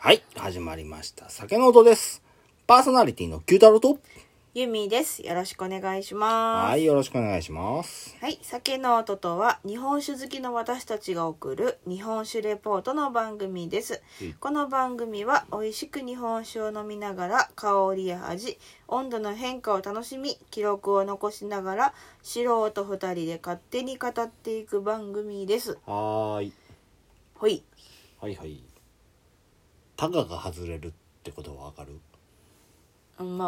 はい、始まりました。酒の音です。パーソナリティの九太郎とゆみです。よろしくお願いします。 はい、よろしくお願いします。 はい、酒の音とは日本酒好きの私たちが送る日本酒レポートの番組です。この番組は美味しく日本酒を飲みながら香りや味、温度の変化を楽しみ、記録を残しながら素人二人で勝手に語っていく番組です。 はい。 ほい。 はいはい。タガが外れるってことはわかる？ まあ、うん。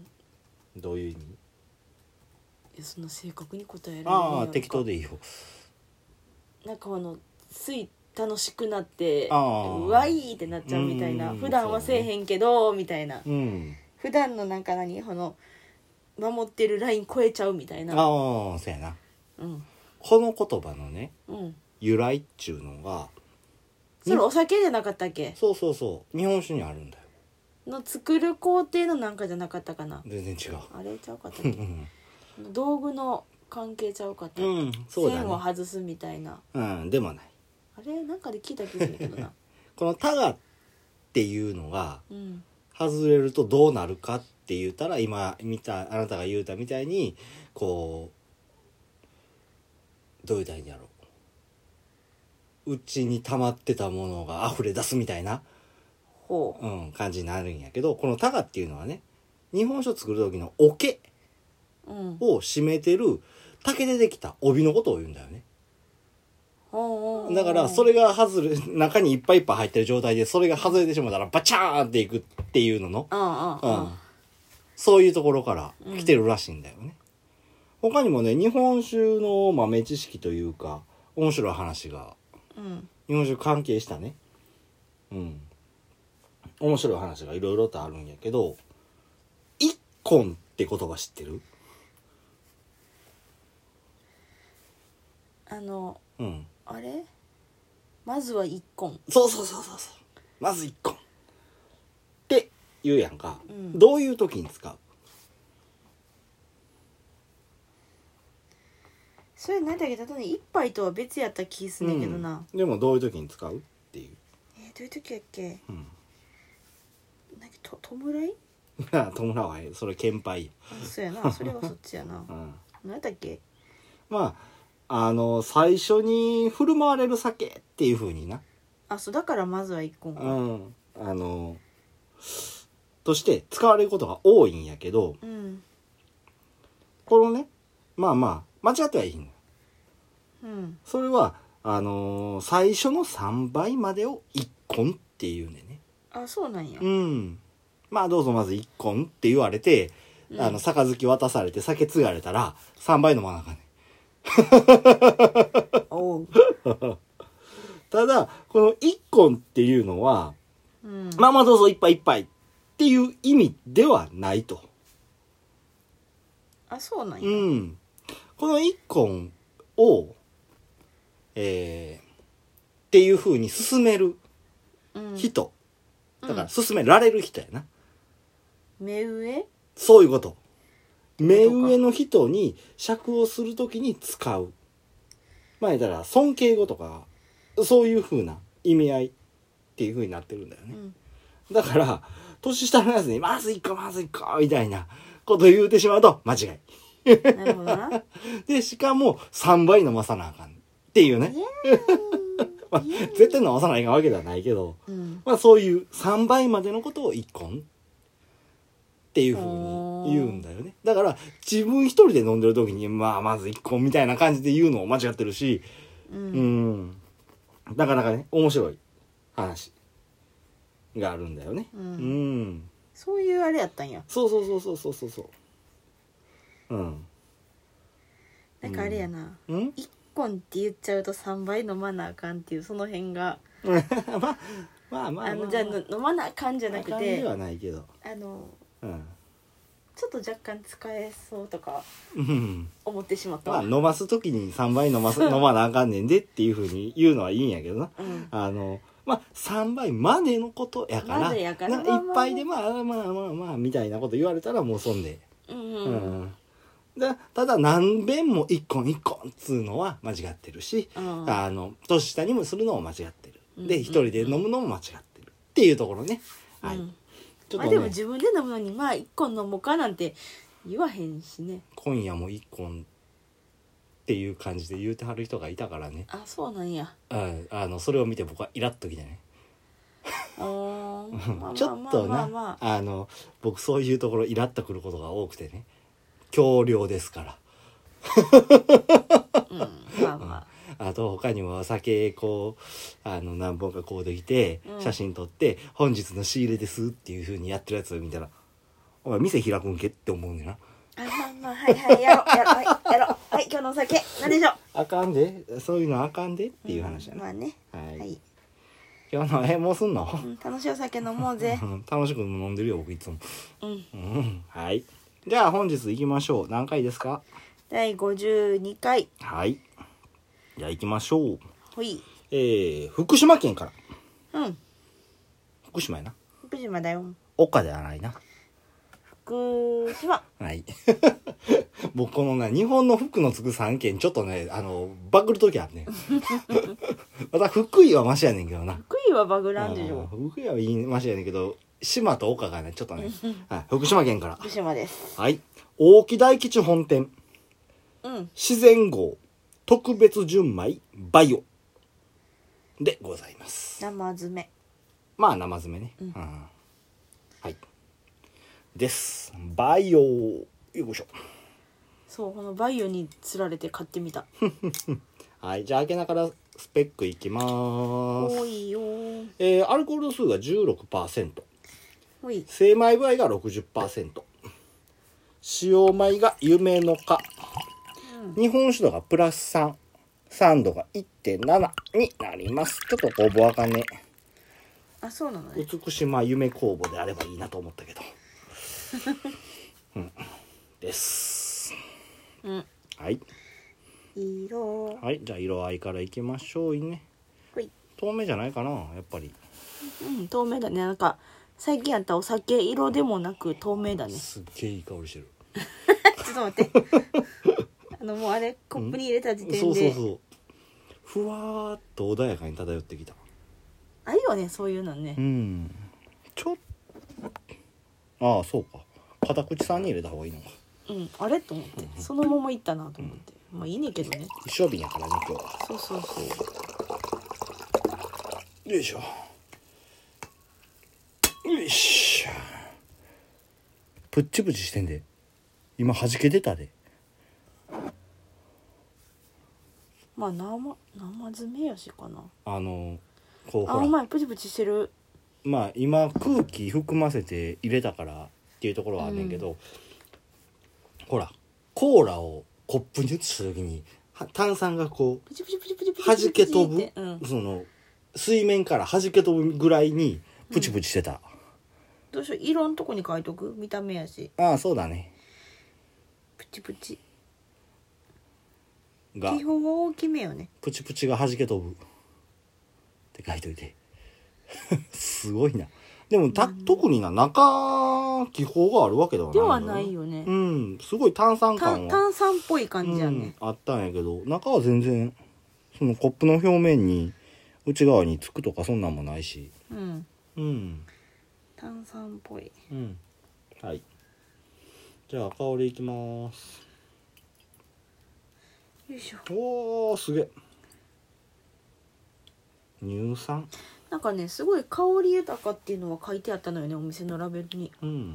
どういう意味？ いや、そんな正確に答えられない。 ああ、適当でいいよ。 なんかつい楽しくなってあうわいってなっちゃうみたいな、普段はせえへんけど、みたいな、普段のなんか守ってるライン超えちゃうみたいな。 ああ、そうやな、この言葉のね、由来っちゅうのがそれお酒じゃなかったっけ？ そう日本酒にあるんだよ。 の作る工程のなんかじゃなかったかな。 全然違う。 あれちゃうかったっけ？道具の関係ちゃうかったっけ？ そうだね。 線を外すみたいな。 でもない。 あれなんかで聞いた気するけどな。 このタガっていうのが、外れるとどうなるかって言ったら、今見たあなたが言うたみたいにこうどう言うたらいいんやろう、うちに溜まってたものが溢れ出すみたいな感じになるんやけど、このタガっていうのはね、日本酒を作る時の桶を締めてる竹でできた帯のことを言うんだよね。だからそれが中にいっぱいいっぱい入ってる状態でそれが外れてしまったらバチャーンっていくっていうのの、そういうところから来てるらしいんだよね。他にもね、日本酒の豆知識というか面白い話が、日本酒関係したね、面白い話がいろいろとあるんやけど、一根って言葉知ってる？ あれまずは一根。 そうまず一根って言うやんか、どういう時に使う？ それ何だっけ？例えば一杯とは別やった気すんねんけどな、 でもどういう時に使うっていう。 どういう時やっけ？なんか弔い？ 弔わへん、それ献杯。 そうやな、それはそっちやな。何だっけ？ 最初に振る舞われる酒っていう風にな。 そうだからまずは一根。 として使われることが多いんやけど、このね、間違ってはいいんだ。それは最初の3倍までを一根っていうんでね。 そうなんや。 どうぞまず一根って言われて、杯渡されて酒継がれたら3倍飲まなあかんねん。ただこの一根っていうのは、どうぞ一杯一杯っていう意味ではないと。 そうなんや。 この一根をっていう風に進める人、だから進められる人やな。 目上？ そういうこと。目上の人に酌をするときに使う。だから尊敬語とかそういう風な意味合いっていう風になってるんだよね。だから年下のやつにまずいっかみたいなこと言うてしまうと間違い。 なるほどな。 でしかも3倍飲まさなあかんっていうね。絶対飲まさないかわけではないけど、そういう3倍までのことを一根っていう風に言うんだよね。だから自分一人で飲んでる時にまず一根みたいな感じで言うのも間違ってるし、なかなかね面白い話があるんだよね。 そういうあれやったんや。 そうなんかあれやな、一根って言っちゃうと3倍飲まなあかんっていうその辺がじゃあ飲まなあかんじゃなくてではないけど、 ちょっと若干使えそうとか思ってしまった飲ます時に3倍飲まなあかんねんでっていう風に言うのはいいんやけどな。3倍までのことやから、一杯でみたいなこと言われたらもうそんで、ただ何遍も一根っつうのは間違ってるし、年下にもするのも間違ってる。で一人で飲むのも間違ってる。 っていうところね。はい。ちょっとね、 まあでも自分で飲むのにまあ1個飲もうかなんて言わへんしね。 今夜も一本っていう感じで言うてはる人がいたからね。 あ、そうなんや。 それを見て僕はイラッときてね。 まあちょっとな、 ま僕そういうところイラッとくることが多くてね。強量ですから。 まあまあ。 あと他にも酒こう何本かこうできてうん写真撮って「本日の仕入れです」っていう風にやってるやつ見たら「お前店開くんけ?」って思うんだよな。 まあはいはいやろはいやろはい今日のお酒何でしょう。 あかんで、そういうのあかんでっていう話やな。 まあね。 はいはい。 今日のもうすんの？ 楽しいお酒飲もうぜ。 楽しく飲んでるよ僕いつも。 うんはい。じゃあ本日行きましょう。何回ですか？ 第52回。 はい。じゃあ行きましょう。 ほい。 福島県から。 うん。 福島やな。 福島だよ。 岡ではないな。 福島。 はい。僕このね、日本の福のつく3県ちょっとね、バグるときあるね。また福井はマシやねんけどな。 福井はバグらんでしょ。 福井はいいマシやねんけど、島と岡がね、ちょっとね、はい、福島県から。 福島です。 はい。大木大吉本店。 うん。 自然号特別純米バイオでございます。 生詰め。 まあ生詰めね。はい。です。バイオよいしょ。 そう、このバイオにつられて買ってみた。 はい。じゃあ開けながらスペックいきまーす。 多いよ。 アルコール度数が 16%。 ほい。 精米部合が 60%。使用米が夢の花。日本酒度がプラス3。酸度が 1.7 になります。ちょっと工房あかね。 あ、そうなのね。 美島夢工房であればいいなと思ったけど。です。はい。 色。 はい。じゃあ色合いからいきましょうね。 ほい。 透明じゃないかなやっぱり。 透明だね。なんか最近あったお酒色でもなく透明だね。 すっげえいい香りしてる。 ちょっと待って。もうあれコップに入れた時点で、 そうふわーっと穏やかに漂ってきた。 あるよねそういうのね。 ちょっああそうか片口さんに入れた方がいいのか。 あれと思ってそのままいったなと思って、まあいいねんけどね。 一升瓶やからね今日は。 そうよいしょよいしょ。プッチプチしてんで今弾けてたで。 まあ生詰めやしかな。 こうほらお前プチプチしてる。 まあ今空気含ませて入れたからっていうところはあんねんけど、ほらコーラをコップに移した時に炭酸がこうプチプチプチプチプチ弾け飛ぶ、 ってその水面から弾け飛ぶぐらいにプチプチしてた。 どうしよう色のとこに書いとく。見た目やし。 ああそうだね。 プチプチが基本は大きめよね。 プチプチが弾け飛ぶって書いといてすごいな。でも特に中気泡があるわけではないではないよね。 すごい炭酸感は炭酸っぽい感じやね。 あったんやけど中は全然そのコップの表面に内側につくとかそんなんもないし。 炭酸っぽい。 はい。じゃあ香りいきます。 よいしょ。 おーすげえ。乳酸。 なんかねすごい香り豊かっていうのは書いてあったのよねお店のラベルに。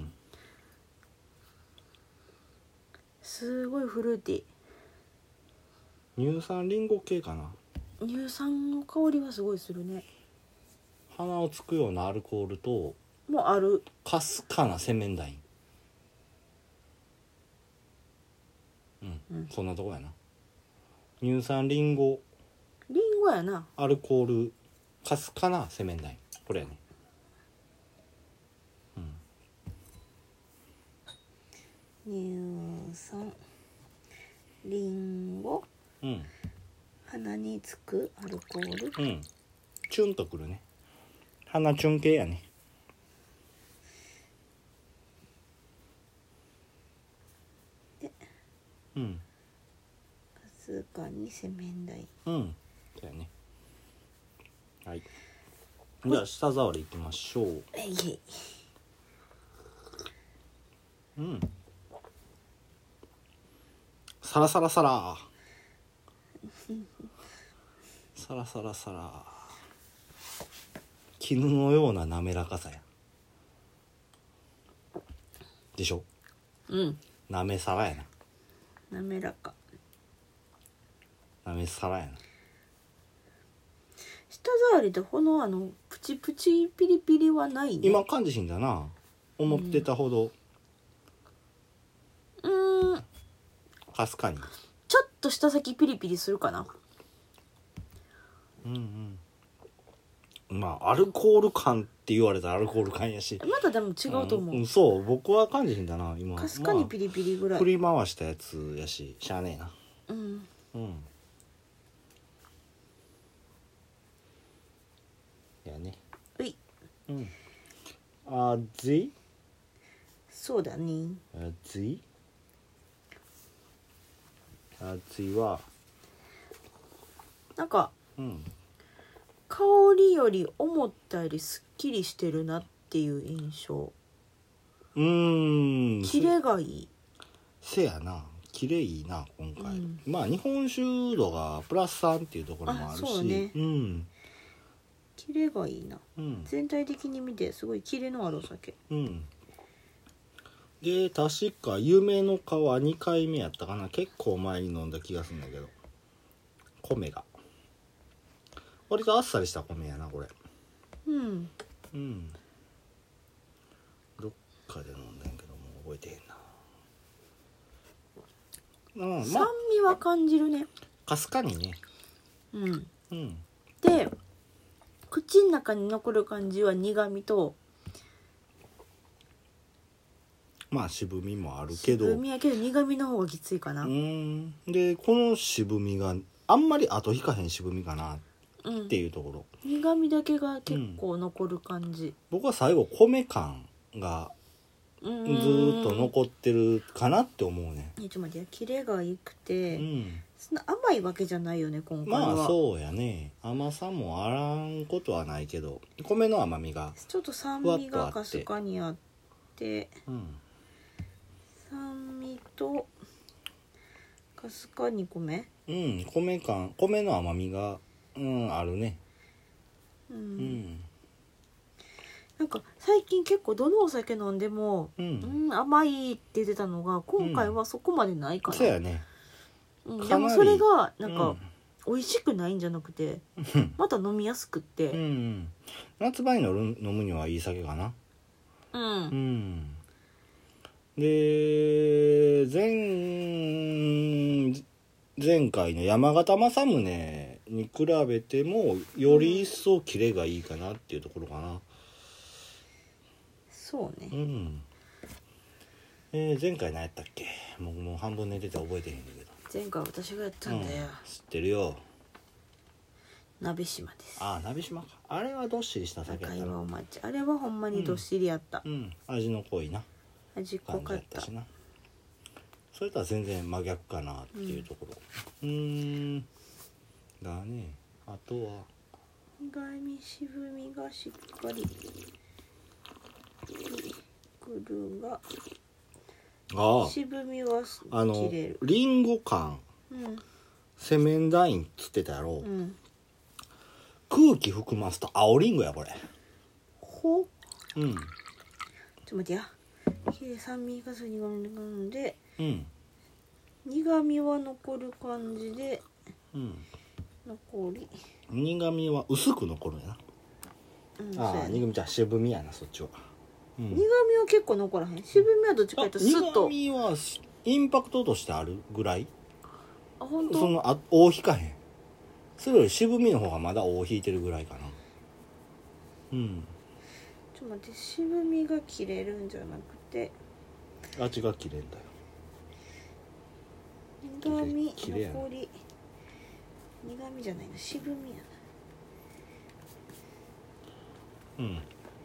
すごいフルーティー。 乳酸リンゴ系かな。 乳酸の香りはすごいするね。 鼻をつくようなアルコールともうある。 かすかな洗面台。そんなとこやな。乳酸リンゴリンゴやな。 アルコールかすかな洗面台これやね。 乳酸リンゴ、鼻につくアルコール、 チュンとくるね。鼻チュン系やね。 でかすかに洗面台。 そうやね。はい。 じゃあ舌触りいきましょう。 えい。 うん。サラサラサラ。サラサラサラ。絹のような滑らかさや。でしょ。 うん。 なめさらやな。 滑らか。 なめさらやな。 舌触りでこのプチプチピリピリはないね。 今感じひんだな。思ってたほど。かすかに。 ちょっと舌先ピリピリするかな。 うんうん。まあアルコール感って言われたらアルコール感やし。 まだでも違うと思う。 うん、そう僕は感じひんだな今。 かすかにピリピリぐらい。 振り回したやつやししゃあねえな。 うんうんやね。 うい。 うん。熱いそうだね。 熱い熱いはなんかうん香りより思ったよりすっきりしてるなっていう印象。キレがいい。 せやな。キレいいな今回、まあ日本酒度がプラス3っていうところもあるし。 そうね。 うんキレがいいな、 うん全体的に見てすごいキレのあるお酒。 うんで確か夢の川2回目やったかな。結構前に飲んだ気がするんだけど米が割とあっさりした米やなこれ。 うんうんどっかで飲んだんやけどもう覚えてへんな。うん酸味は感じるね。 かすかにね。 うんうんで口の中に残る感じは苦味とまあ渋みもあるけど渋みやけど苦味の方がきついかな。 でこの渋みがあんまり後引かへん渋みかなうんっていうところ、 苦味だけが結構残る感じ。 僕は最後米感がずーっと残ってるかなって思うね。 ちょっと待って、キレがいくて、 うんそんな甘いわけじゃないよね今回は。 まあそうやね。甘さもあらんことはないけど米の甘みがちょっと酸味がかすかにあって、 うん酸味とかすかに米、 うん米の甘みがあるね。 なんか最近結構どのお酒飲んでも、甘いって言ってたのが今回はそこまでないかな。 そうやね。 でもそれがなんか、美味しくないんじゃなくてまた飲みやすくって、 夏場に飲むにはいい酒かな。で前回の山形正宗に比べてもより一層キレがいいかなっていうところかな。 そうね。 前回何やったっけ。もう半分寝てて覚えてへんねんけど。 前回私がやったんだよ、 知ってるよ。 鍋島です。 鍋島か。あれはどっしりした酒やったな。 赤岩お抹茶、あれはほんまにどっしりやった、 味の濃いな味濃かったしな。それとは全然真逆かなっていうところ。だね。あとは苦味渋みがしっかりくるが、渋みは切れる。 リンゴ感、セメンダインっつってたやろ、空気含ますと青リンゴやこれ。 ほちょっと待ってや。酸味が苦味がんで、苦味は残る感じで、残り苦味は薄く残るんやな。苦味じゃ渋みやなそっちは。 苦味は結構残らへん。渋みはどっちかというとスッと。 苦味はインパクトとしてあるぐらい。 本当？ その尾引かへん。それより渋みの方がまだ尾引いてるぐらいかな。 ちょっと待って、渋みが切れるんじゃなくて味が切れんだよ。 苦味残り、苦味じゃないな、渋みやな。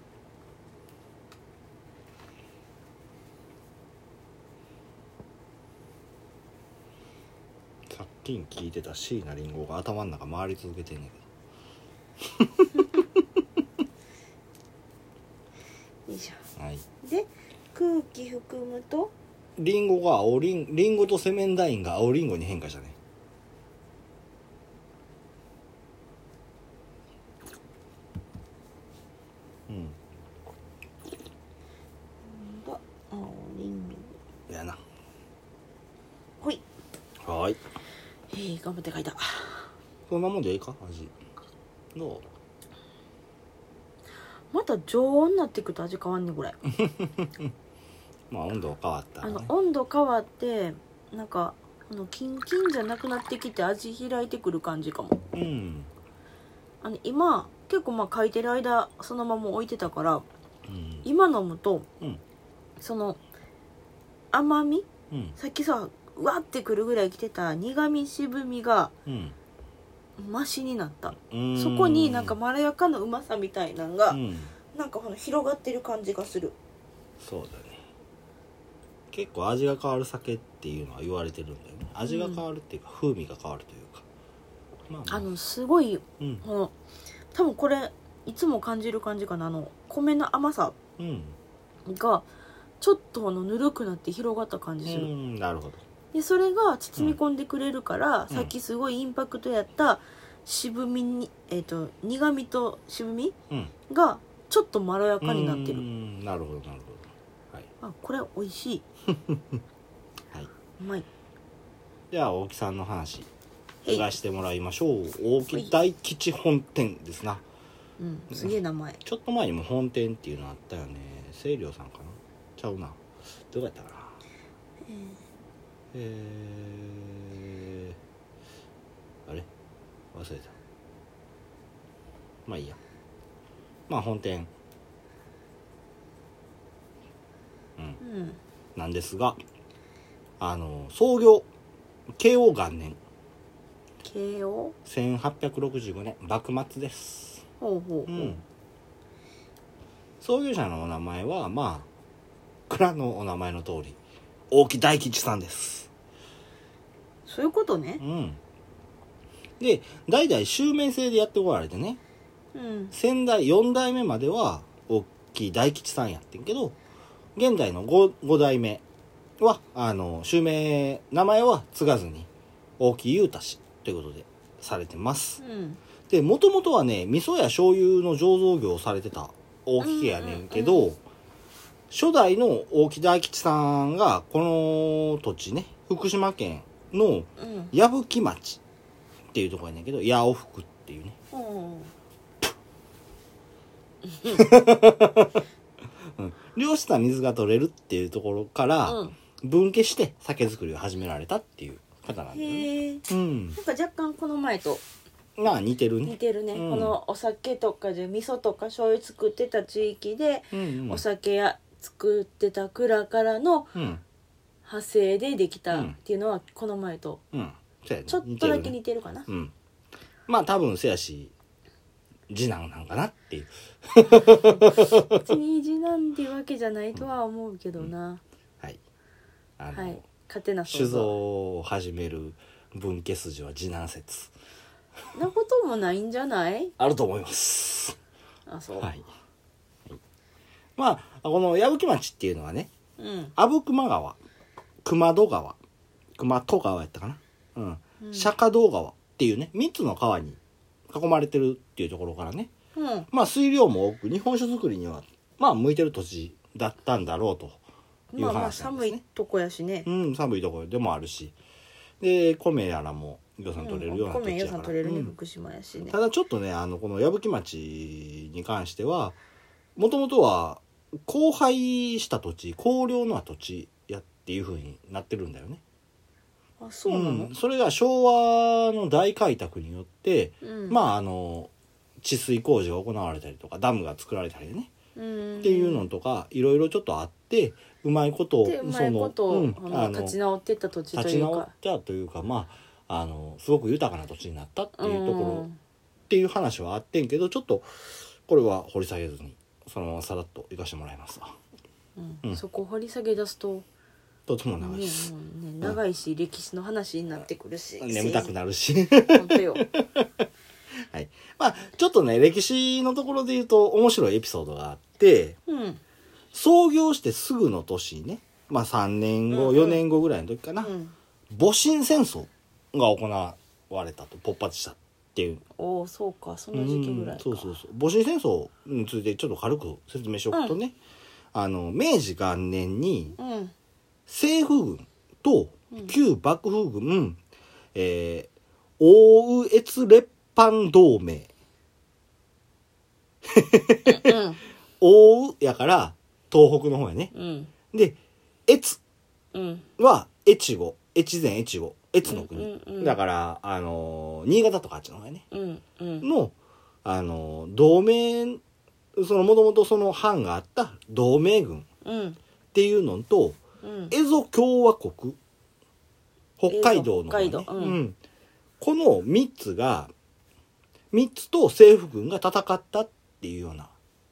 さっきに聞いてた椎名林檎が頭の中回り続けてんねんけどいいじゃん。 はい。 で空気含むとリンゴとセメンダインが青リンゴに変化したね。うん。 青リンゴやな。 ほい。 はい。 頑張って書いた。 そんなもんでいいか味。どう？ また常温になっていくと味変わんねこれ。 まあ温度変わったら、ね、 温度変わってなんかキンキンじゃなくなってきて味開いてくる感じかも。 うん。 今結構書いてる間そのまま置いてたから、 うん、 今飲むと、 うん、 その甘み、 うん、 さっきさうわってくるぐらい来てた苦み渋みがマシになった、そこになんかまろやかなうまさみたいなのが、なんか広がってる感じがする。 そうだね。結構味が変わる酒っていうのは言われてるんだよね。味が変わるっていうか、風味が変わるというか、 すごい、多分これいつも感じる感じかな。米の甘さがちょっとぬるくなって広がった感じする。 なるほど。 でそれが包み込んでくれるから、さっきすごいインパクトやった渋みに、苦みと渋みがちょっとまろやかになってる。 なるほどなるほど。はい。 これ美味しい。 はい。 うまい。 じゃあ大木さんの話聞かしてもらいましょう。大木大吉本店ですな。 すげえ名前。 ちょっと前にも本店っていうのあったよね。清涼さんかな。ちゃうな。どうやったかな。あれ忘れた。まあいいや。まあ本店なんですが、創業慶応元年、 慶応 1865年幕末です。 ほうほうほう。 創業者のお名前は蔵のお名前の通り大木大吉さんです。 そういうことね。 で代々襲名制でやってこられてね、先代4代目までは大木大吉さんやってんけど、現代の 5代目は襲名名前は継がずに大木裕太氏ということでされてます。でもともとはね味噌や醤油の醸造業をされてた大木家やねんけど、初代の大木大吉さんがこの土地ね、福島県の矢吹町っていうところやねんけど、矢を吹くっていうね、漁した水が取れるっていうところから分家して酒造りを始められたっていう方なんだよね。 なんか若干この前と似てるね。 似てるね。このお酒とかで味噌とか醤油作ってた地域で、お酒や作ってた蔵からの派生でできたっていうのはこの前とちょっとだけ似てるかな。 まあ多分せやし次男なんかなっていう。 別に次男っていうわけじゃないとは思うけどな。 はい。 勝手な酒造を始める分家筋は次男説。 なこともないんじゃない？ あると思います。 そう。 はい。この矢吹町っていうのはね、阿武隈川、熊戸川やったかな、釈迦堂川っていうね3つの川に囲まれてるっていうところからね、水量も多く日本酒作りには向いてる土地だったんだろうという話なんですね。 寒いとこやしね。 寒いところでもあるし、で米やらも予算取れるような土地やから、 米予算取れるね、福島やしね。 ただちょっとねこの矢吹町に関してはもともとは荒廃した土地、荒涼の土地やっていう風になってるんだよね。 そうなの？ それが昭和の大開拓によって、治水工事が行われたりとかダムが作られたりね、っていうのとかいろいろちょっとあってうまいこと立ち直ってった土地というか、 立ち直ったというかすごく豊かな土地になったっていうところっていう話はあってんけど、ちょっとこれは掘り下げずにそのままさらっといかしてもらいますわ。 そこ掘り下げ出すととても長いです、 長いし、歴史の話になってくるし眠たくなるし本当よ。 はい、ちょっとね歴史のところで言うと面白いエピソードがあって、 創業してすぐの年にね、まあ3年後、4年後ぐらいの時かな、戊辰戦争が行われたと、勃発したっていう。 おお、そうか、その時期ぐらいか。 そうそうそう。戊辰戦争についてちょっと軽く説明しておくとね、明治元年に政府軍と旧幕府軍、奥越列藩同盟、奥やから東北の方やね、で越は越後、越前越後、越の国、だから新潟とかあっちの方やね、の同盟、そのもともとその藩があった同盟軍っていうのと、蝦夷共和国、北海道の方ね、この3つと政府軍が戦ったっていうような。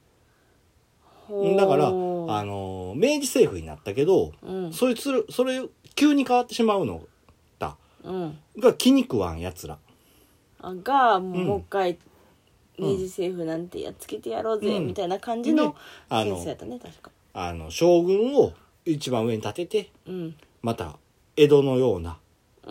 だから明治政府になったけど、それ急に変わってしまうのだ、が気に食わんやつらがもう一回明治政府なんてやっつけてやろうぜ、みたいな感じの戦争やったね、確か。 将軍を一番上に立てて、また江戸のような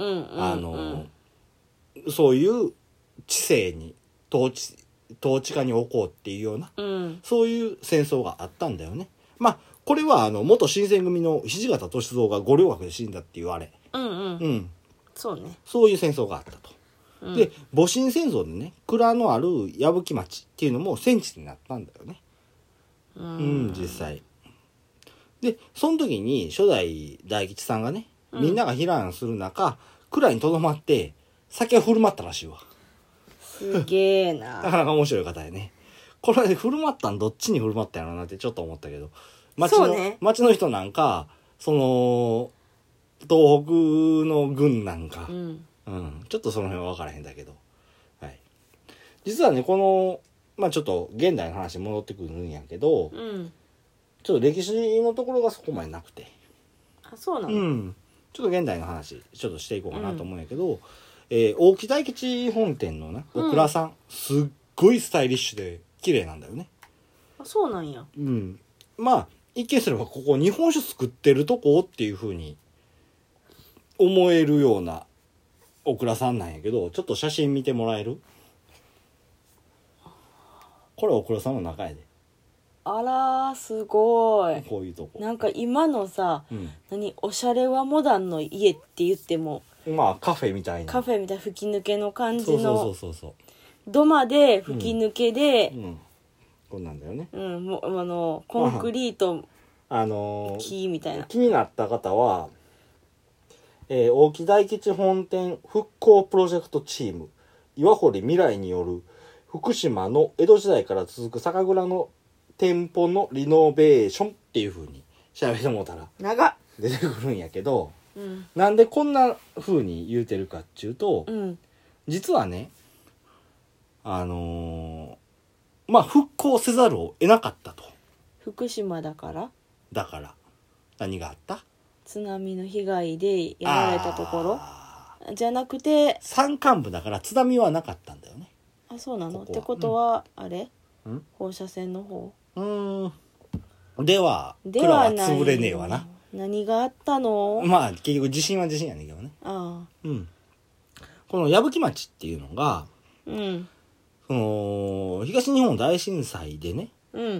そういう治世に統治下に置こうっていうような、そういう戦争があったんだよね。まあこれは元新選組の土方歳三が五稜郭で死んだっていうあれ、 そうね、 そういう戦争があったと。で戊辰戦争でね、蔵のある矢吹町っていうのも戦地になったんだよね。実際でその時に初代大吉さんがね、みんなが避難する中、蔵にとどまって酒を振る舞ったらしいわ。 すげえな。 なかなか面白い方やね。これ振る舞ったんどっちに振る舞ったんやろうなってちょっと思ったけど、町の人なんかその東北の軍なんか、ちょっとその辺は分からへんだけど、はい、実はねこのちょっと現代の話に戻ってくるんやけど、ちょっと歴史のところがそこまでなくて、 あ、そうなの、 ちょっと現代の話ちょっとしていこうかなと思うんやけど、大木大吉本店のなお蔵さん、すっごいスタイリッシュで綺麗なんだよね。 あ、そうなんや。 まあ一見すればここ日本酒作ってるとこっていう風に思えるようなお蔵さんなんやけど、ちょっと写真見てもらえる？これお蔵さんの中やで。 あらー、すごい。 こういうとこなんか今のさ、おしゃれはモダンの家って言っても、 まあカフェみたいな、 吹き抜けの感じの、 そう土間で吹き抜けで、 こんなんだよね。 コンクリート、木みたいな。 気になった方は、大木大吉本店復興プロジェクトチーム岩堀未来による福島の江戸時代から続く酒蔵の店舗のリノベーションっていう風に調べてもうたら出てくるんやけど、なんでこんな風に言うてるかっていうと、実はね復興せざるを得なかったと。 福島だから何があった？ 津波の被害でやられたところじゃなくて山間部だから津波はなかったんだよね。 あ、そうなの？ってことは、あれ放射線の方では蔵は潰れねえわな。 何があったの？ まあ結局地震は地震やねんけどね。この矢吹町っていうのが、その東日本大震災でね、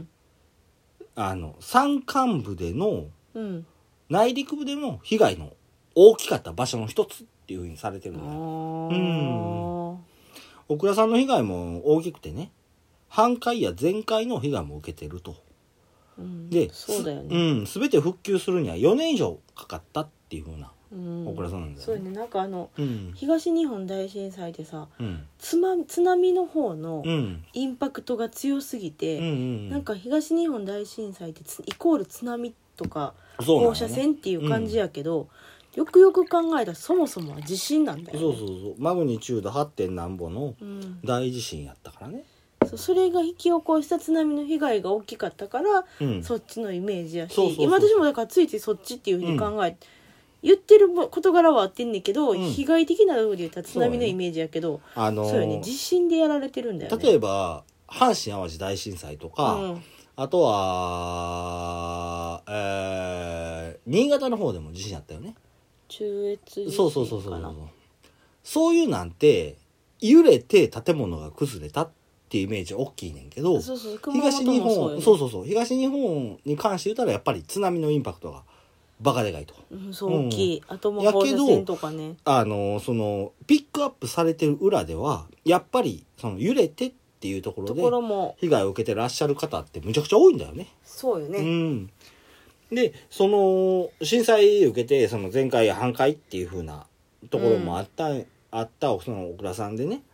山間部での、内陸部での被害の大きかった場所の一つっていう風にされてるんだよ。お蔵さんの被害も大きくてね、半壊や全壊の被害も受けてると。で、 そうだよね。 全て復旧するには4年以上かかったっていう風なお蔵さんなんだよね。 そうね、なんか東日本大震災でさ、津波の方のインパクトが強すぎて、なんか東日本大震災ってイコール津波とか放射線っていう感じやけど、よくよく考えたらそもそもは地震なんだよね。 そうマグニチュード 8. 何ぼの大地震やったからね。 それが引き起こした津波の被害が大きかったから、そっちのイメージやし、今私もだからついついそっちっていうふうに考えて、言ってる事柄は合ってんねんけど、被害的な部分で言ったら津波のイメージやけど、そうよね、地震でやられてるんだよね。 例えば阪神・淡路大震災とか、あとは新潟の方でも地震あったよね。 中越地震そうそうそうそうそう。そういうなんて揺れて建物が崩れたっていうイメージ大きいねんけど、 そうそう東日本そうよねそうそうそう東日本に関して言ったらやっぱり津波のインパクトがバカでかいと。 そう大きい、あともう放射線とかね、 そのピックアップされてる裏ではやっぱりその揺れてっていうところところでも被害を受けてらっしゃる方ってむちゃくちゃ多いんだよね。 そうよね、 うんでその震災受けてその前回半壊っていう風なところもあったその小倉さんでね、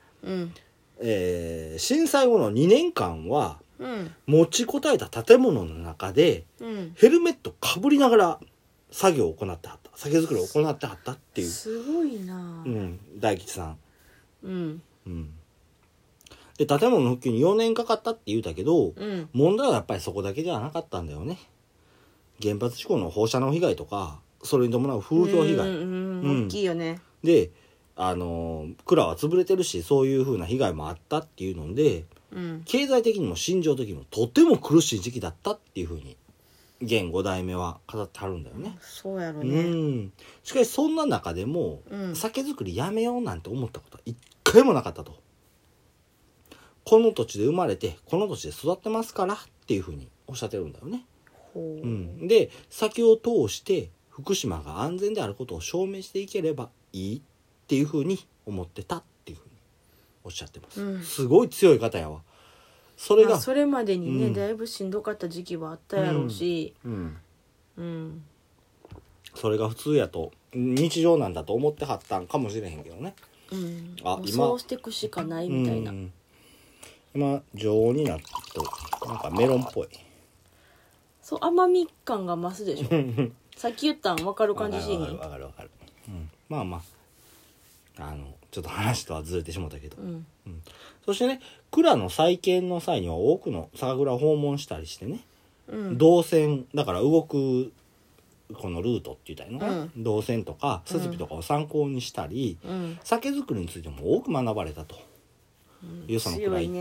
震災後の2年間は持ちこたえた建物の中でヘルメットかぶりながら作業を行ってはった、酒造りを行ってはったっていう、 すごいな、 大吉さん、で建物の復旧に4年かかったって言うたけど、問題はやっぱりそこだけではなかったんだよね。原発事故の放射能被害とかそれに伴う風評被害、 大きいよね。 で蔵は潰れてるしそういう風な被害もあったっていうので、経済的にも心情的にもとても苦しい時期だったっていう風に現5代目は語ってはるんだよね。 そうやろね、 しかしそんな中でも、酒造りやめようなんて思ったことは一回もなかったと。この土地で生まれてこの土地で育ってますからっていう風におっしゃってるんだよね。で先を通して福島が安全であることを証明していければいいっていうふうに思ってたっていうふうにおっしゃってます、すごい強い方やわ。それが、 それまでにね、だいぶしんどかった時期はあったやろうし、 それが普通やと日常なんだと思ってはったんかもしれへんけどね、 今そうしていくしかないみたいな、 今常温になってなんかメロンっぽい、 そう甘み感が増すでしょさっき言ったん分かる感じしへん。 分かる、まあまあちょっと話とはずれてしまったけど、そしてね蔵の再建の際には多くの酒蔵を訪問したりしてね、動線だから動くこのルートって言ったらいいのかな、動線とか設備とかを参考にしたり、酒造りについても多く学ばれたというその蔵行って、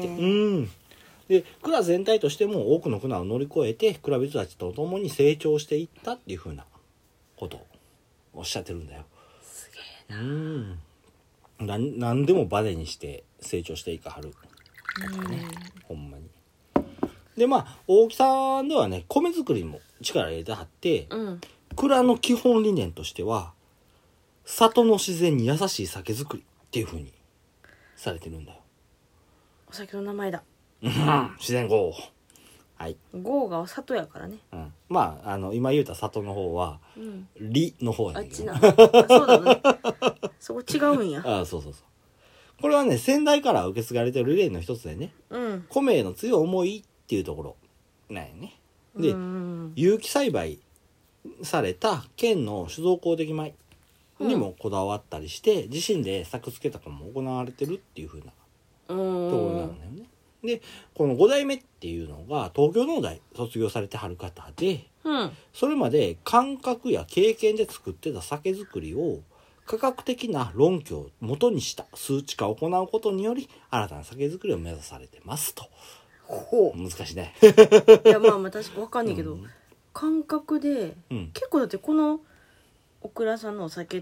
で蔵全体としても多くの苦難を乗り越えて蔵人たちと共に成長していったっていうふうなことをおっしゃってるんだよ。 すげえな。 何でもバネにして成長していかはるなんかね、ほんまに。でまあ大木さんではね米作りも力入れてはって、蔵の基本理念としては里の自然に優しい酒造りっていうふうにされてるんだよ。 お酒の名前だ。 自然豪雨。はい。 豪が里やからね。 まあ今言うた里の方は里の方やねんけど。 あっちな。そうだね。そこ違うんや。 そう。これはね先代から受け継がれてる理念の一つでね、米への強い思いっていうところなんやね。で、有機栽培された県の酒造公的米にもこだわったりして、自身で作付けとかも行われてるっていう風なところなんだよね。でこの5代目っていうのが東京農大卒業されてはる方で、それまで感覚や経験で作ってた酒造りを科学的な論拠を元にした数値化を行うことにより新たな酒造りを目指されてますと。難しいねいやまあ確か分かんないけど、感覚で、結構だってこのオクラさんのお酒って、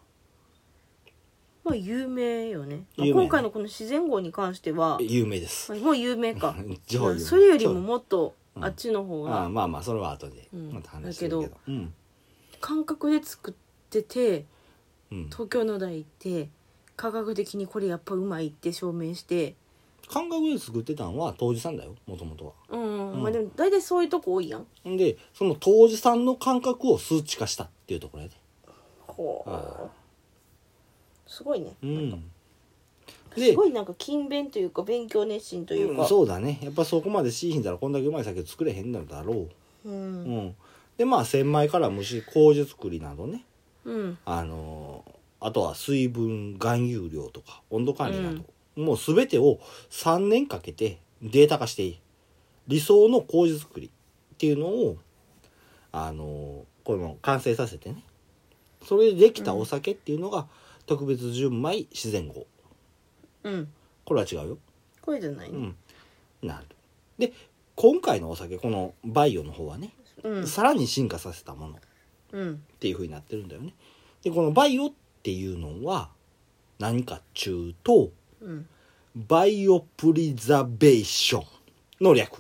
まあ有名よね。今回のこの自然豪に関しては有名です。 もう有名かそれよりももっとあっちの方が、 まあそれは後でまた話するけど、 感覚で作ってて、東京の大行って科学的にこれやっぱうまいって証明して感覚で作ってたんは杜氏さんだよもともとは。 まあでも大体そういうとこ多いやん。 でその杜氏さんの感覚を数値化したっていうところやで。 すごいね。すごいなんか勤勉というか勉強熱心というか、 そうだね。やっぱそこまでしいひんだらこんだけうまい酒作れへんのだろう。でまあ千枚から蒸し麹作りなどね、あとは水分含有量とか温度管理など、もう全てを3年かけてデータ化して理想の麹作りっていうのをこの完成させてね、それでできたお酒っていうのが特別純米自然豪。これは違うよ。 これじゃないね。 なる。で今回のお酒このバイオの方はね、 さらに進化させたものっていう風になってるんだよね。でこのバイオっていうのは何かっちゅうと、バイオプリザベーションの略。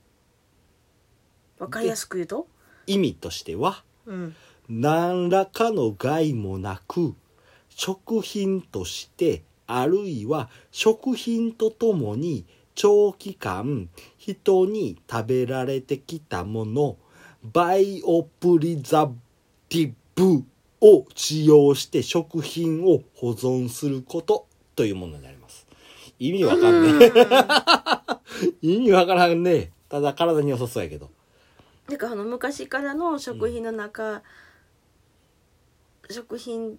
わかりやすく言うと、 意味としては、何らかの害もなく食品としてあるいは食品とともに長期間人に食べられてきたもの、バイオプリザティブを使用して食品を保存することというものになります。意味わかんねえ意味わからんね。ただ体に良さそうやけど。 なんか昔からの食品の中、食品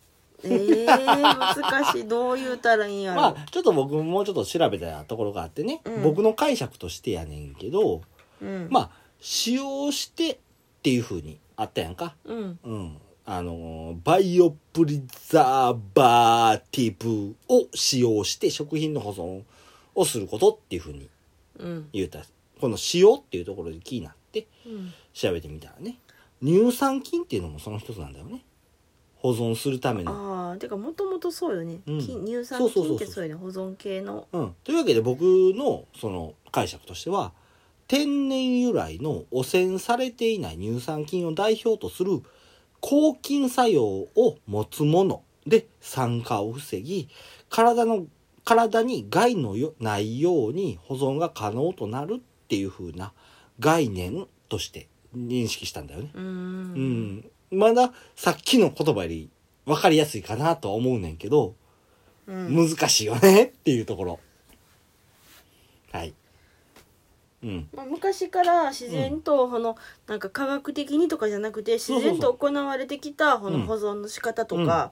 難しい。どう言うたらいいんやろ。 まあちょっと僕もうちょっと調べたところがあってね、僕の解釈としてやねんけど、まあ使用してっていう風にあったやんか。バイオプリザーバーティブを使用して食品の保存をすることっていう風に言うた、この使用っていうところで気になって調べてみたらね、乳酸菌っていうのもその一つなんだよね。保存するための。 てかもともとそうよね、乳酸菌ってそうよね、保存系の。 というわけで僕のその解釈としては、天然由来の汚染されていない乳酸菌を代表とする抗菌作用を持つもので酸化を防ぎ、体に害のないように保存が可能となるっていう風な概念として認識したんだよね。まださっきの言葉より分かりやすいかなとは思うねんけど、難しいよねっていうところ。はい。 昔から自然となんか科学的にとかじゃなくて自然と行われてきた保存の仕方とか、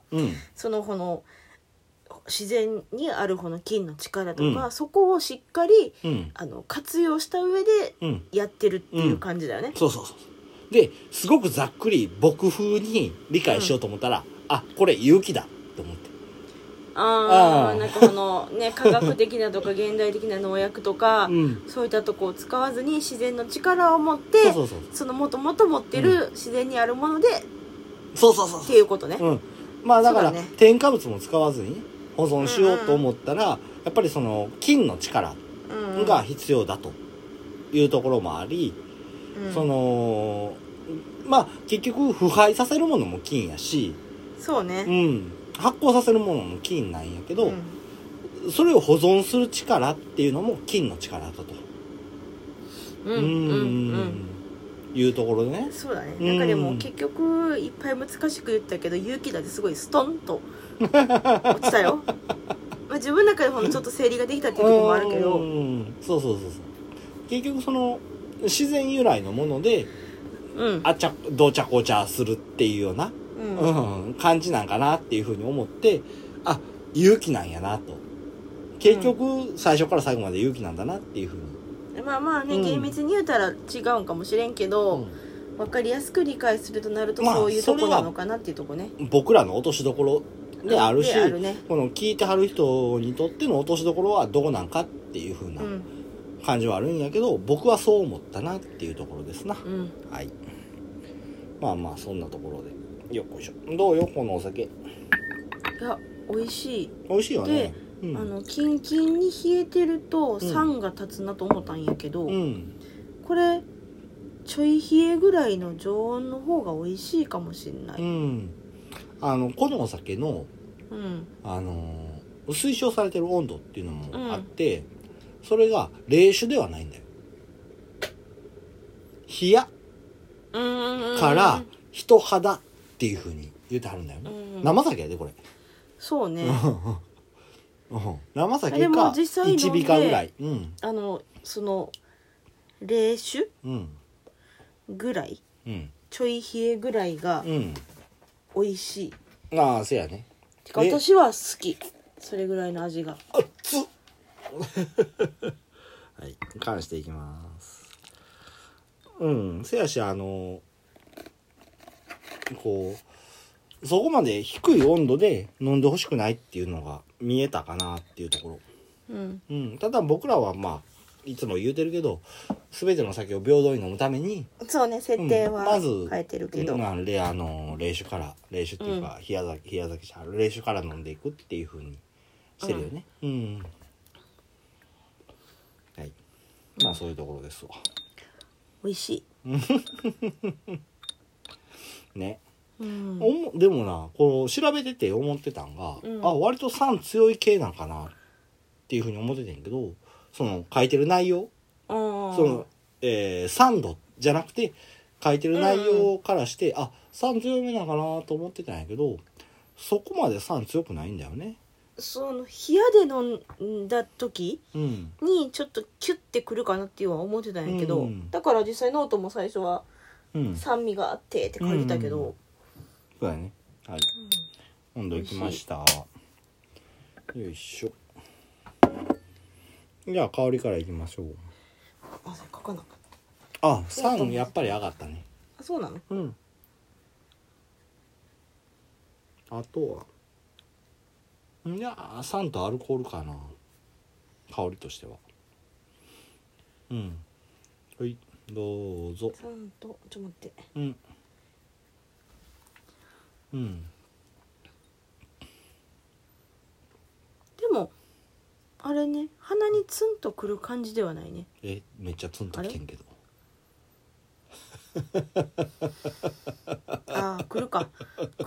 自然にある菌の力とか、そこをしっかり、活用した上でやってるっていう感じだよね。 ですごくざっくり僕風に理解しようと思ったら、これ有機だと思って。 なんか科学的なとか現代的な農薬とか、そういったとこを使わずに自然の力を持って、そのもともと持ってる自然にあるもので、っていうことね。 まあだから添加物も使わずに保存しようと思ったら、やっぱりその菌の力が必要だというところもあり、まあ結局腐敗させるものも菌やし、 そうね、 発酵させるものも菌なんやけど、それを保存する力っていうのも菌の力だというところでね。 そうだね。なんかでも結局いっぱい難しく言ったけど、勇気だってすごいストンと落ちたよ自分の中でちょっと整理ができたっていうところもあるけど、 結局その自然由来のもので、どうちゃこうちゃするっていうような、感じなんかなっていうふうに思って、勇気なんやなと。結局最初から最後まで勇気なんだなっていうふうに。 まあね、厳密に言うたら違うんかもしれんけど、分かりやすく理解するとなるとそういうとこなのかなっていうとこね。 僕らの落としどころであるし、この聞いてはる人にとっての落としどころはどうなんかっていうふうな感じはあるんやけど、僕はそう思ったなっていうところですな。はい。まあそんなところで。よっこいしょ。どうよこのお酒。いや、美味しい。 美味しいよね。 キンキンに冷えてると酸が立つなと思ったんやけど、これちょい冷えぐらいの常温の方が美味しいかもしれない。 このお酒の、推奨されてる温度っていうのもあって、それが冷酒ではないんだよ。冷やから人肌っていう風に言ってはるんだよね。生酒やでこれ。 そうね。 生酒か1ビカぐらい。 その冷酒ぐらい、ちょい冷えぐらいが美味しい。 そうやね。 てか私は好き。それぐらいの味が。 熱っはい、関していきます。せやしそこまで低い温度で飲んでほしくないっていうのが見えたかなっていうところ。ただ僕らはまあいつも言うてるけど全ての酒を平等に飲むためにそうね設定はまず変えてるけど、 冷酒っていうか、冷や酒じゃ冷酒から飲んでいくっていう風にしてるよね。はい。まあそういうところですわ。 美味しい。 ね。でもなこう調べてて思ってたんが、割と酸強い系なんかなっていう風に思っててんけど、その書いてる内容、その、酸度じゃなくて書いてる内容からして、酸強めなんかなと思ってたんやけど、そこまで酸強くないんだよね。 その冷やで飲んだ時にちょっとキュッてくるかなっていうのは思ってたんやけど、だから実際ノートも最初は酸味があってって書いてたけど、 そうだね。はい。温度いきました。よいしょ。じゃあ香りからいきましょう。 それ書かなかった。 酸やっぱり上がったね。 そうなの？ あとはいや酸とアルコールかな、香りとしては。はい、どうぞ。 酸とちょっと待って。でもあれね、鼻にツンとくる感じではないね。 めっちゃツンときてんけど。 くるか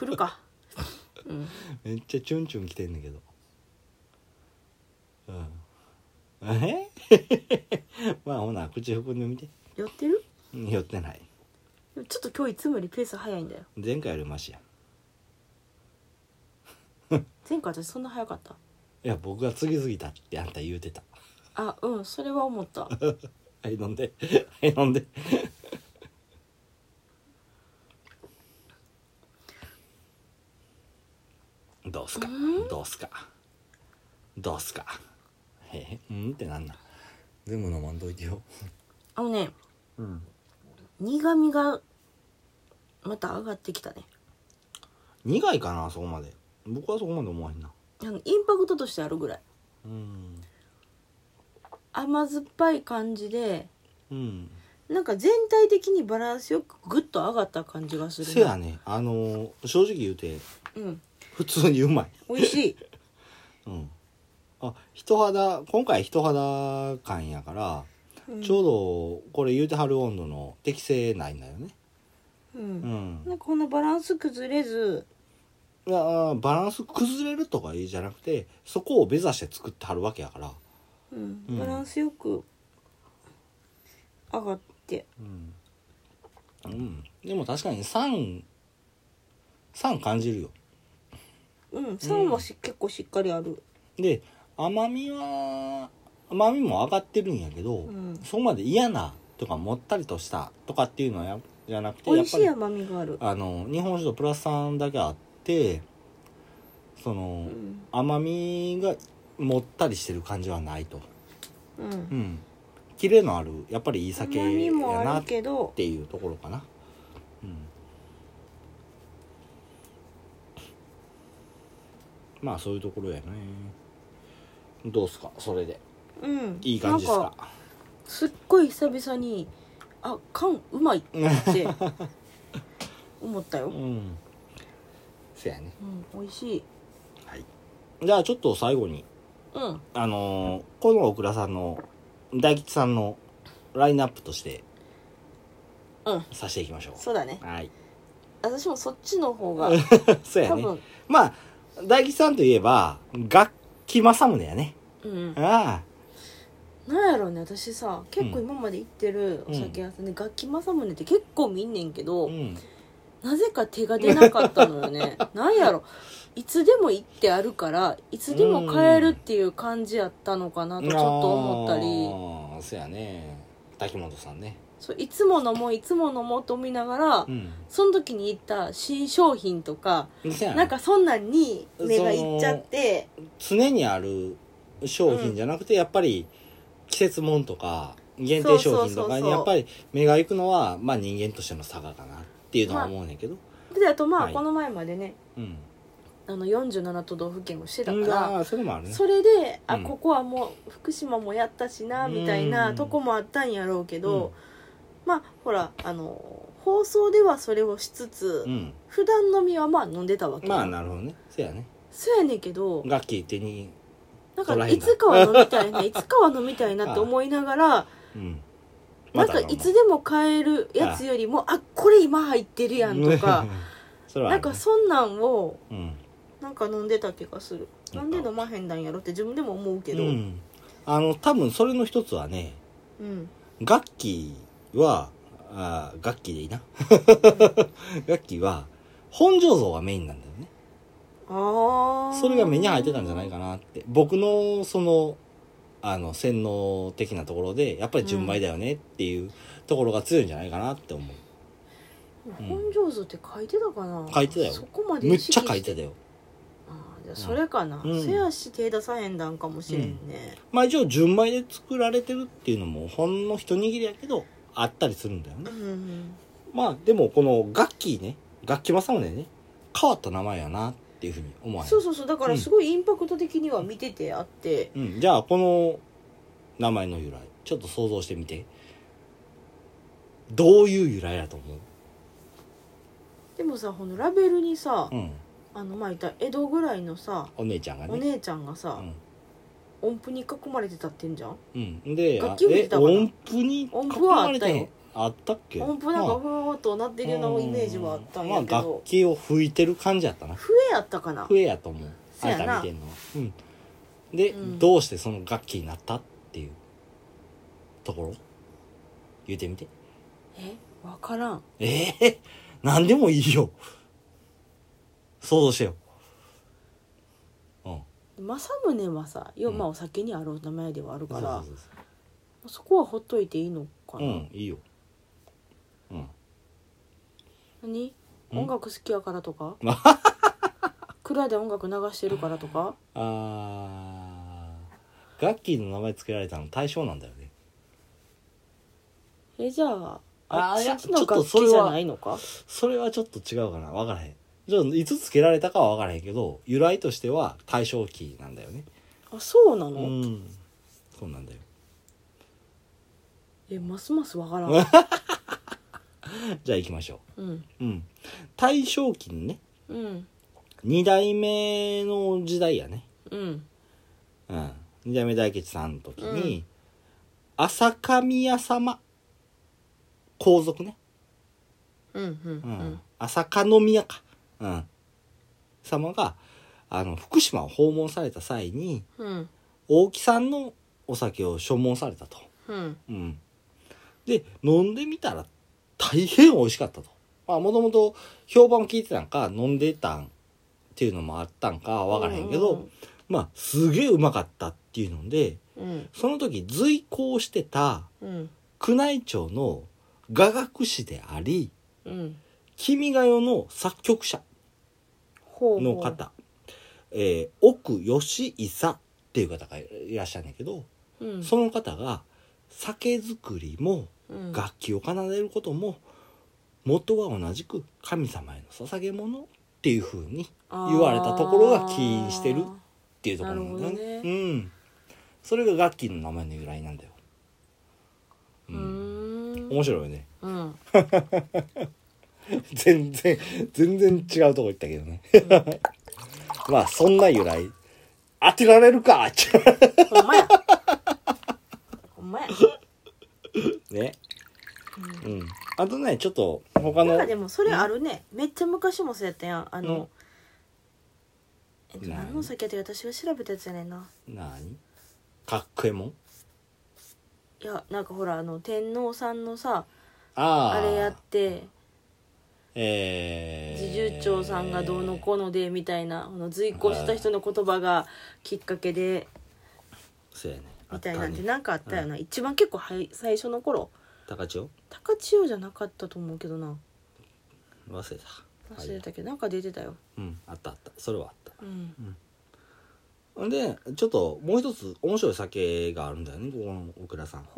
めっちゃチュンチュンきてんねんけど。まあほな口含んでみて。 酔ってる？ 酔ってない。 ちょっと今日いつもよりペース早いんだよ。 前回よりマシや。 前回私そんな早かった？ いや僕が次々だってあんた言うてた。 それは思った。 はい飲んで飲んで。どうすかってなんなん。全部飲まんといてよ。 苦味がまた上がってきたね。 苦いかな、そこまで。僕はそこまで思わへんな。 インパクトとしてあるぐらい。甘酸っぱい感じで、なんか全体的にバランスよくグッと上がった感じがする。 せやね。正直言うて、普通にうまい。 美味しい。 今回人肌感やから、ちょうどこれ言うてはる温度の適正ないんだよね。 なんかこのバランス崩れず、 バランス崩れるとかいいじゃなくて、そこを目指して作ってはるわけやから、 バランスよく上がって、 でも確かに酸感じるよ。 酸は結構しっかりある。 で甘みも上がってるんやけど、そこまで嫌なとかもったりとしたとかっていうのはじゃなくて、 美味しい甘みがある。 日本酒とプラス酸だけあって、その、甘みがもったりしてる感じはないと。キレのあるやっぱりいい酒やなっていうところかな。まあそういうところやね。どうすかそれで。いい感じですか。 すっごい久々に缶うまいって思ったよ。 せやね。 美味しい。 はい。じゃあちょっと最後に、このオクラさんの大吉さんのラインナップとしてさしていきましょう。 そうだね。 はい。 私もそっちの方がそうやね。まあ大吉さんといえば楽器政宗やね。 なんやろうね、私さ結構今まで行ってるお酒屋さんで楽器政宗って結構見んねんけど、なぜか手が出なかったのよね。なんやろ、いつでも行ってあるからいつでも買えるっていう感じやったのかなとちょっと思ったり。 そうやね、滝本さんね。 そういつも飲もうと思いながら、その時に行った新商品とか、なんかそんなんに目がいっちゃって、 常にある商品じゃなくて、やっぱり季節もんとか限定商品とかにやっぱり目が行くのは、まあ人間としての差がかなっていうのは思うねんけど、 であとこの前までね、 47都道府県をしてたから、 それもあるね。 それでうんここはもう福島もやったしなみたいなとこもあったんやろうけど、まあほら放送ではそれをしつつ、普段飲みはまあ飲んでたわけ。 まあなるほどね。そうやね。 そうやねんけど、 ガッキー手になんかいつかは飲みたいな、いつかは飲みたいなって思いながら、なんかいつでも買えるやつよりも、これ今入ってるやんとかなんかそんなんをなんか飲んでた気がする。なんで飲まへんだんやろって自分でも思うけど、 多分それの一つはね、ガッキーはガッキーでいいなガッキーは本醸造がメインなんだよね。それが目に入ってたんじゃないかなって。僕のその洗脳的なところでやっぱり純米だよねっていうところが強いんじゃないかなって思う。 本醸造って書いてたかな。 書いてたよ。 そこまでめっちゃ書いてたよ。 じゃあそれかな、せやし手出さへんだんかもしれんね。 まあ一応純米で作られてるっていうのもほんの一握りやけどあったりするんだよね。まあでもこのガッキーね、楽器政宗ね、変わった名前やなっていうふうに思わへん。 そうだからすごいインパクト的には見ててあって、 じゃあこの名前の由来ちょっと想像してみて。どういう由来だと思う？ でもさ、このラベルにさ、まあ言ったら江戸ぐらいのさお姉ちゃんがね、 お姉ちゃんがさ、音符に囲まれてたってんじゃん。 で、 楽器吹いてたかな。 音符に囲まれてんのあったっけ？ 音符なんかふーっと鳴ってるようなイメージはあったんやけど、 楽器を吹いてる感じやったな。 笛やったかな。 笛やと思う。 あんた見てんのは。で、どうしてその楽器になったっていうところ言うてみて。 わからん。 何でもいいよ。想像してよ。 政宗はさ、まあお酒にある名前ではあるから、そこはほっといていいのかな。 いいよ。 何？音楽好きやからとか蔵で音楽流してるからとか。 ガッキーの名前付けられたの大正なんだよね。 じゃあいやちょっとそれはないのか。 それはちょっと違うかな。分からへん。じゃあいつ付けられたかは分からへんけど、由来としては大正期なんだよね。 そうなの？ そうなんだよ。 ますます分からん。 じゃあ行きましょう。大正期にね、2代目の時代やね。2代目大吉さんの時に、朝神屋様皇族ね、朝香宮か、様が福島を訪問された際に、大木さんのお酒を所望されたと。で飲んでみたら大変美味しかったと。もともと評判を聞いてたんか飲んでたんっていうのもあったんかわからへんけど、すげえうまかったっていうので、その時随行してた宮内庁の雅楽師であり、君が代の作曲者の方、奥義勲っていう方がいらっしゃるんだけど、その方が酒造りも楽器を奏でることも元は同じく神様への捧げ物っていう風に言われたところが起因してるっていうところなんだよね。それが楽器の名前の由来なんだよ。面白いよね。全然違うとこ行ったけどね。そんな由来当てられるかほんまやね。あとね、ちょっと他のでもそれあるね。めっちゃ昔もそうやったやん。何の酒やって私が調べたやつやねんな。 かっこええもん。 いやなんかほら天皇さんのさあれやって侍従長さんがどうのこうのでみたいな随行した人の言葉がきっかけでそうやねみたいなんてなんかあったよな。一番結構最初の頃。 高千代じゃなかったと思うけどな。忘れたけどなんか出てたよ。 あったそれはあった。でちょっともう一つ面白い酒があるんだよね、ここのオクラさん。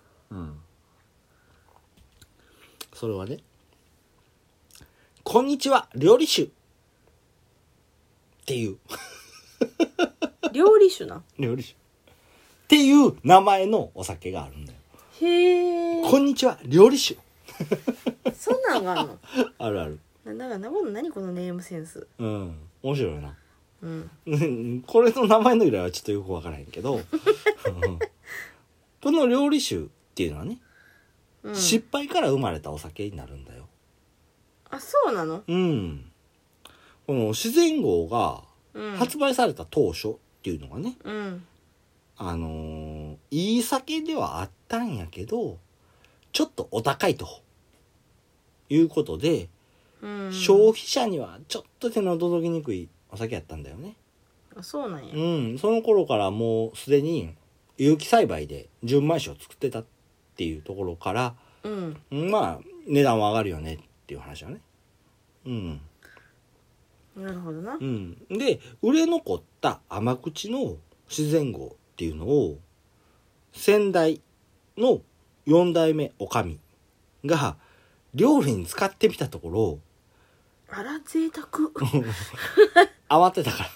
それはね、こんにちは料理酒っっていう料理酒な。 料理酒っていう名前のお酒があるんだよ。 へえ。 こんにちは料理酒そんなんがあるの。 あるある。 何このネームセンス。 面白いな。 うん。 これの名前の由来はちょっとよくわからへんけどこの料理酒っていうのはね、失敗から生まれたお酒になるんだよ。 あ、そうなの？ この自然号が発売された当初っていうのがね、いい酒ではあったんやけどちょっとお高いということで、消費者にはちょっと手の届きにくいお酒やったんだよね。 あ、そうなんや。 その頃からもうすでに有機栽培で純米酒を作ってたっていうところから、まあ値段は上がるよねっていう話はね。 なるほどな。 で売れ残った甘口の自然号っていうのを先代の4代目おかみが料理に使ってみたところ、 あら贅沢余ってたから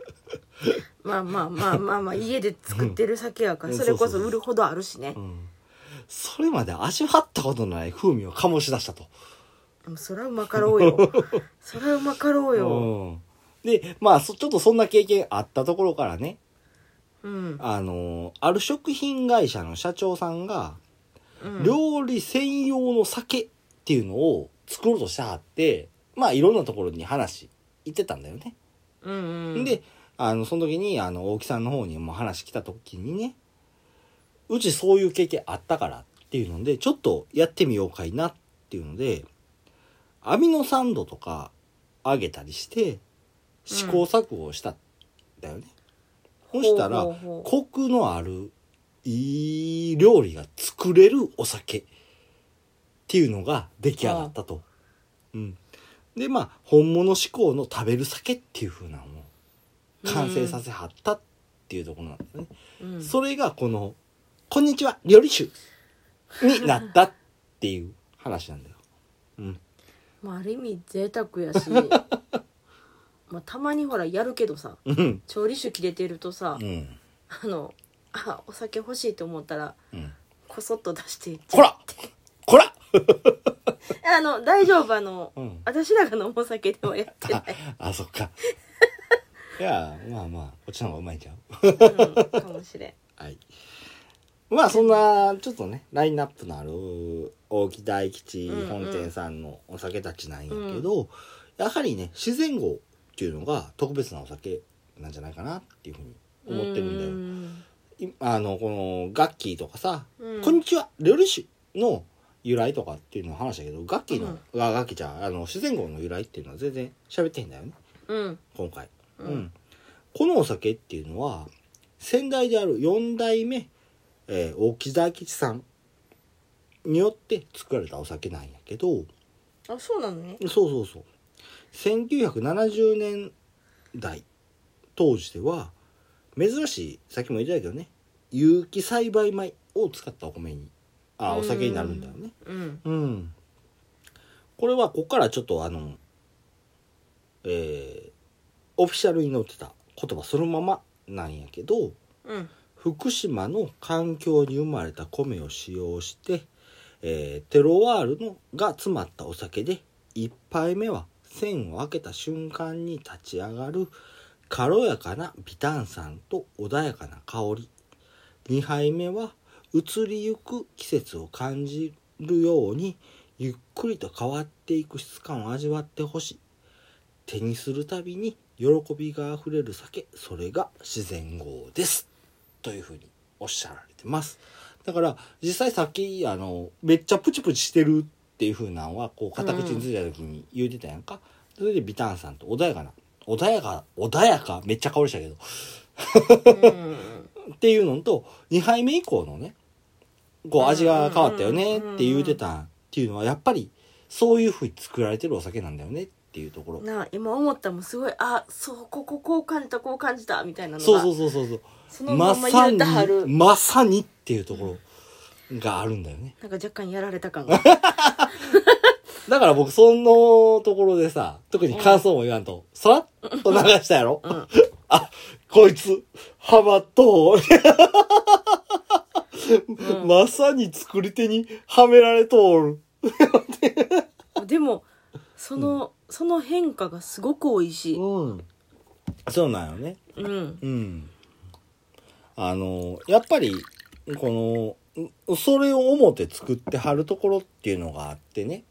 まあ家で作ってる酒やからそれこそ売るほどあるしね。 それまで味わったことのない風味を醸し出したと。 そりゃうまかろうよそりゃうまかろうよ。 でまあちょっとそんな経験あったところからね、ある食品会社の社長さんが、料理専用の酒っていうのを作ろうとしてはって、まあいろんなところに話行ってたんだよね。でその時に大木さんの方にも話来た時にね、うちそういう経験あったからっていうのでちょっとやってみようかいなっていうのでアミノ酸度とか上げたりして試行錯誤をしたんだよね。そしたらコクのあるいい料理が作れるお酒っていうのが出来上がったと。でまあ本物志向の食べる酒っていう風なのを完成させはったっていうところなんだよね。それがこのこんにちは料理酒になったっていう話なんだよ。 まあある意味贅沢やしまあたまにほらやるけどさ、調理酒切れてるとさ、お酒欲しいと思ったら、こそっと出してこら大丈夫私らが飲むお酒ではやってないあそっかいやまあこっちの方がうまいんちゃうかもしれん。 はいまあそんなちょっとねラインナップのある大木大吉本店さんのお酒たちなんやけど、やはりね自然号っていうのが特別なお酒なんじゃないかなっていうふうに思ってるんだよ。このガッキーとかさ、こんにちは料理酒の由来とかっていうのを話したけど、ガッキーの、ガッキーじゃ自然号の由来っていうのは全然喋ってへんだよね、今回。このお酒っていうのは先代である4代目、大木大吉さんによって作られたお酒なんやけど。 あ、そうなのね。 そう1970年代当時では珍しい、さっきも言ったけどね、有機栽培米を使ったお酒になるんだよね。これはここからちょっとオフィシャルに載ってた言葉そのままなんやけど、福島の環境に生まれた米を使用して、テロワールが詰まったお酒で、1杯目は栓を開けた瞬間に立ち上がる軽やかな微炭酸と穏やかな香り、2杯目は移りゆく季節を感じるようにゆっくりと変わっていく質感を味わってほしい、手にするたびに喜びがあふれる酒、それが自然号ですというふうにおっしゃられてます。だから実際さっきめっちゃプチプチしてるっていう風なのはこう片口についた時に言うてたやんか。それで微炭酸と穏やかめっちゃ香りしたけどっていうのと2杯目以降のねこう味が変わったよねって言うてたっていうのはやっぱりそういう風に作られてるお酒なんだよねっていうところな。今思ったもんすごい、そうこう感じたみたいなのがそうそのまま言うたはる、 まさにっていうところがあるんだよね。 なんか若干やられた感がだだから僕そのところでさ、特に感想も言わんと、さらっと流したやろ、あ、こいつ、ハマっとまさに作り手にはめられとおる。 でもその変化がすごく美味しい。 そうなんよね。やっぱりこのそれを思って作ってはるところっていうのがあってね。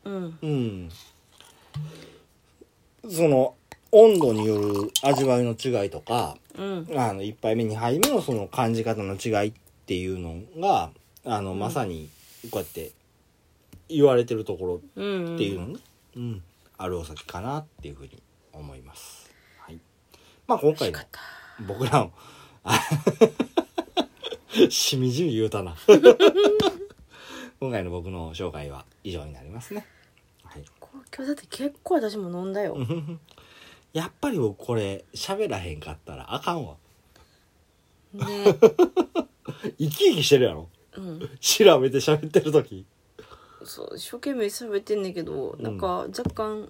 その温度による味わいの違いとか、1杯目2杯目のその感じ方の違いっていうのがまさにこうやって言われてるところっていうのね、あるお酒かなっていうふうに思います。はい。まあ今回の僕らのしみじみ言うたな。今回の僕の紹介は以上になりますね。はい。 今日だって結構私も飲んだよ。 やっぱり僕これ喋らへんかったらあかんわ。 ね。 生き生きしてるやろ。調べて喋ってる時。 そう一生懸命喋ってんねんけど、なんか若干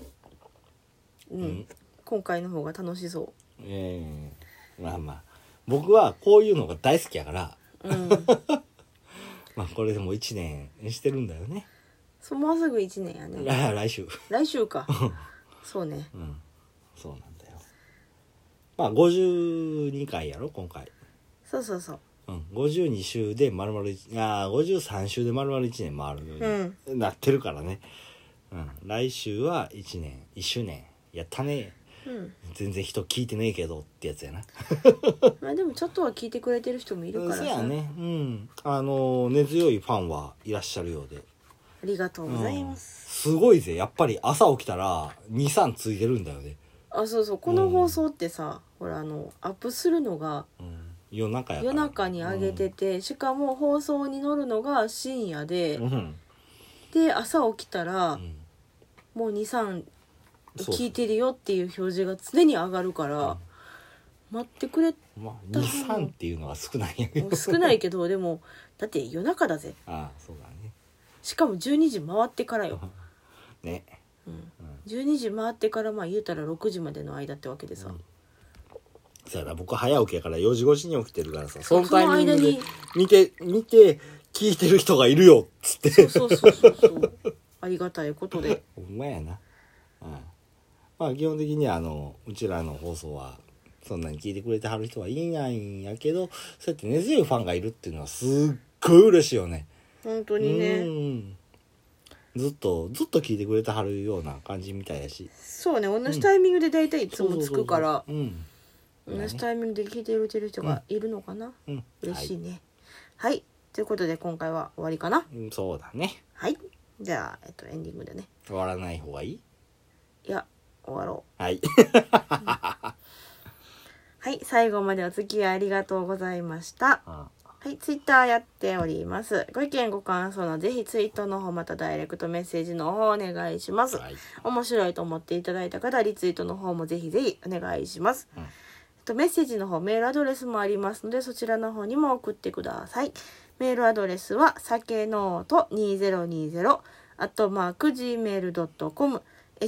今回の方が楽しそう。 まあまあ僕はこういうのが大好きやから、まあこれでも1年してるんだよね。 もうすぐ1年やね。 来週か。そうね。 そうなんだよ。まあ52回やろ今回。そう。52週で丸々53週で丸々1年回るようになってるからね。来週は1周年やったね。全然人聞いてねえけどってやつやな。 まあでもちょっとは聞いてくれてる人もいるからさ。そうやね。 根強いファンはいらっしゃるようで。 ありがとうございます。 すごいぜ。やっぱり朝起きたら 2,3 ついてるんだよね。 そうこの放送ってさ、ほらアップするのが夜中に上げてて、しかも放送に乗るのが深夜で、で朝起きたら、もう 2,3 聞いてるよっていう表示が常に上がるから、待ってくれた。 2,3 っていうのは少ないんやけど。 少ないけどでもだって夜中だぜ。 そうだね。 しかも12時回ってからよ。 ね。 12時回ってから言うたら6時までの間ってわけでさ。 そうやな、僕早起きやから4時5時に起きてるからさ、そのタイミングで見て聞いてる人がいるよっつって。そうありがたいことで。 ほんまやな。まあ基本的にはうちらの放送はそんなに聞いてくれてはる人はいないんやけど、そうやって根強いファンがいるっていうのはすっごい嬉しいよね。 本当にね。 ずっと聞いてくれてはるような感じみたいやし。 そうね、同じタイミングで大体いつもつくから、同じタイミングで聞いてくれてる人がいるのかな。嬉しいね。はい、ということで今回は終わりかな。 そうだね。 はい、じゃあエンディングでね。 終わらない方がいい？ いや、終わろう。 はい。 はい、最後までお付き合いありがとうございました。はい、ツイッターやっております。ご意見ご感想のぜひツイートの方またダイレクトメッセージの方お願いします。面白いと思っていただいた方リツイートの方もぜひぜひお願いします。メッセージの方メールアドレスもありますのでそちらの方にも送ってください。メールアドレスは酒ノート2020 @gmail.com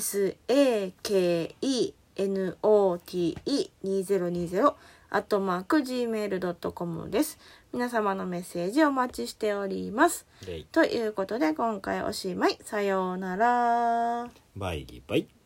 sakenote2020 @gmail.com です。皆様のメッセージお待ちしております。ということで今回おしまい。さようなら。 バイバイ。